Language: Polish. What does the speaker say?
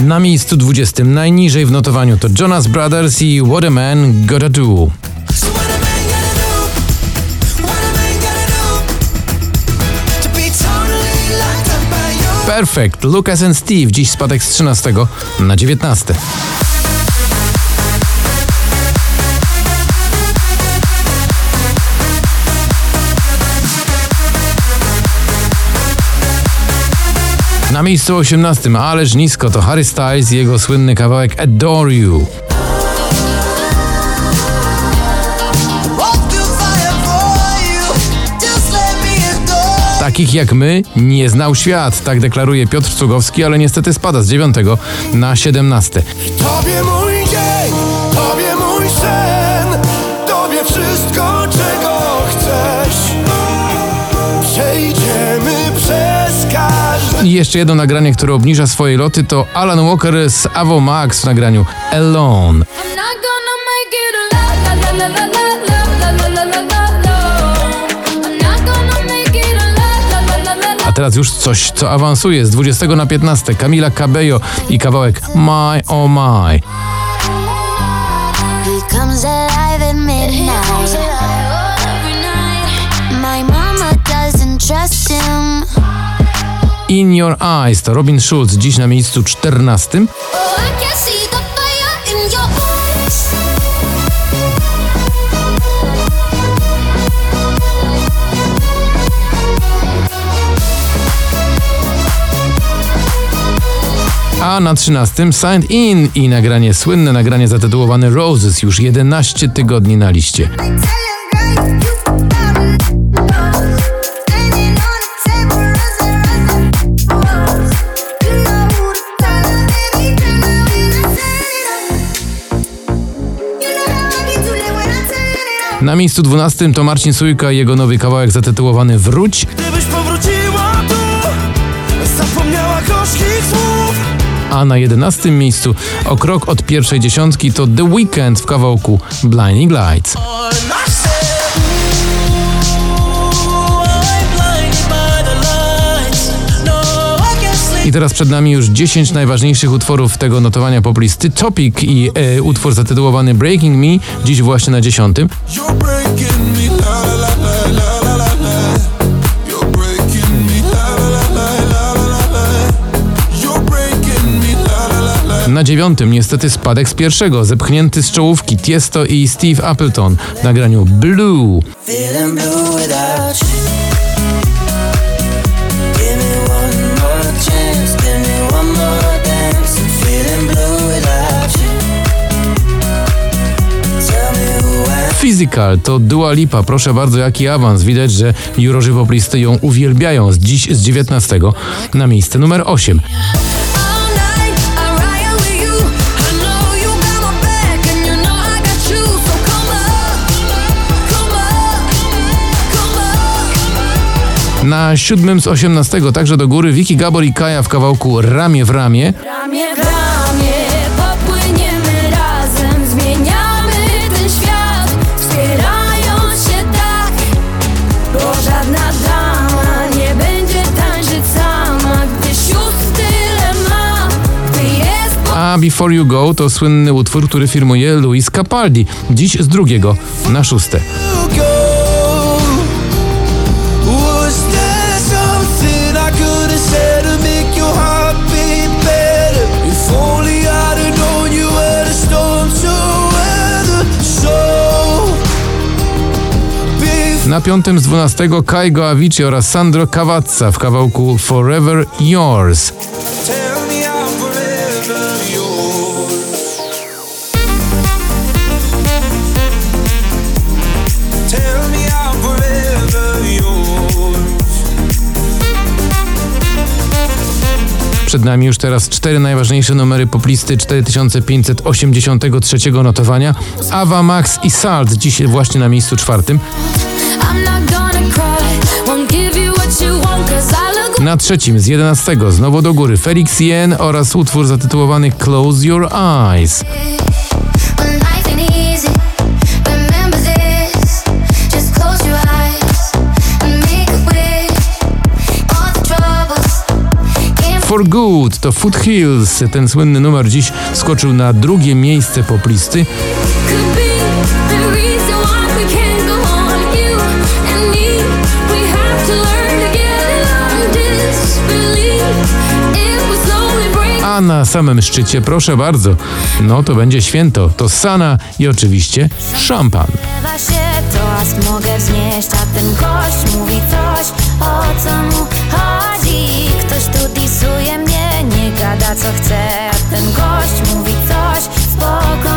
Na miejscu 20 najniżej w notowaniu to Jonas Brothers i What a Man Gotta Do. Perfect, Lucas and Steve, dziś spadek z 13 na 19. Na miejscu 18, ależ nisko, to Harry Styles i jego słynny kawałek Adore You. Takich jak my nie znał świat, tak deklaruje Piotr Cugowski, ale niestety spada z 9 na 17. Tobie mój dzień, Tobie mój sen, Tobie wszystko, czego chcesz. Przejdziemy przez każdy... I jeszcze jedno nagranie, które obniża swoje loty, to Alan Walker z Avo Max w nagraniu Alone. A teraz już coś, co awansuje z 20 na 15. Camila Cabello i kawałek My Oh My. In Your Eyes to Robin Schulz, dziś na miejscu 14. A na 13 Signed In i nagranie, słynne nagranie zatytułowane Roses, już 11 tygodni na liście. Na miejscu 12 to Marcin Sujka i jego nowy kawałek zatytułowany Wróć. Gdybyś powróciła tu, zapomniała gorzkich słów. A na 11 miejscu, o krok od pierwszej dziesiątki, to The Weeknd w kawałku Blinding Lights. I teraz przed nami już 10 najważniejszych utworów tego notowania poplisty. Topic i utwór zatytułowany Breaking Me, dziś właśnie na 10. Na 9 niestety spadek z pierwszego, zepchnięty z czołówki Tiesto i Steve Appleton w nagraniu Blue. Physical to Dua Lipa, proszę bardzo, jaki awans. Widać, że jurorzy poplisty ją uwielbiają. Dziś z 19 na miejsce numer 8. Na 7 z 18 także do góry Vicky Gabor i Kaja w kawałku Ramię w ramię. Ramię w ramię popłyniemy razem, zmieniamy ten świat, wspierając się tak, bo żadna dama nie będzie tańczyć sama, gdy sióstr tyle ma, gdy jest... A Before You Go to słynny utwór, który firmuje Luis Capaldi. Dziś z 2 na 6. Na 5 z 12 Kaigo Avicii oraz Sandro Cavazza w kawałku Forever Yours. Przed nami już teraz 4 najważniejsze numery poplisty 4583 notowania. Ava Max i Salt dziś właśnie na miejscu 4. Na 3 z 11 znowu do góry Felix Yen oraz utwór zatytułowany Close Your Eyes. for Good to Foothills. Ten słynny numer dziś skoczył na drugie miejsce poplisty. Could be the reason why we can't go on. You and me, we have to learn to get along. Disbelief, it will slowly break. A na samym szczycie, proszę bardzo, no to będzie święto. To Sana i oczywiście szampan. Lewa się, toast mogę wznieść, a ten gość mówi coś, o co mu chodzi. Ktoś tu disuje mnie, nie gada co chce, a ten gość mówi coś, spoko.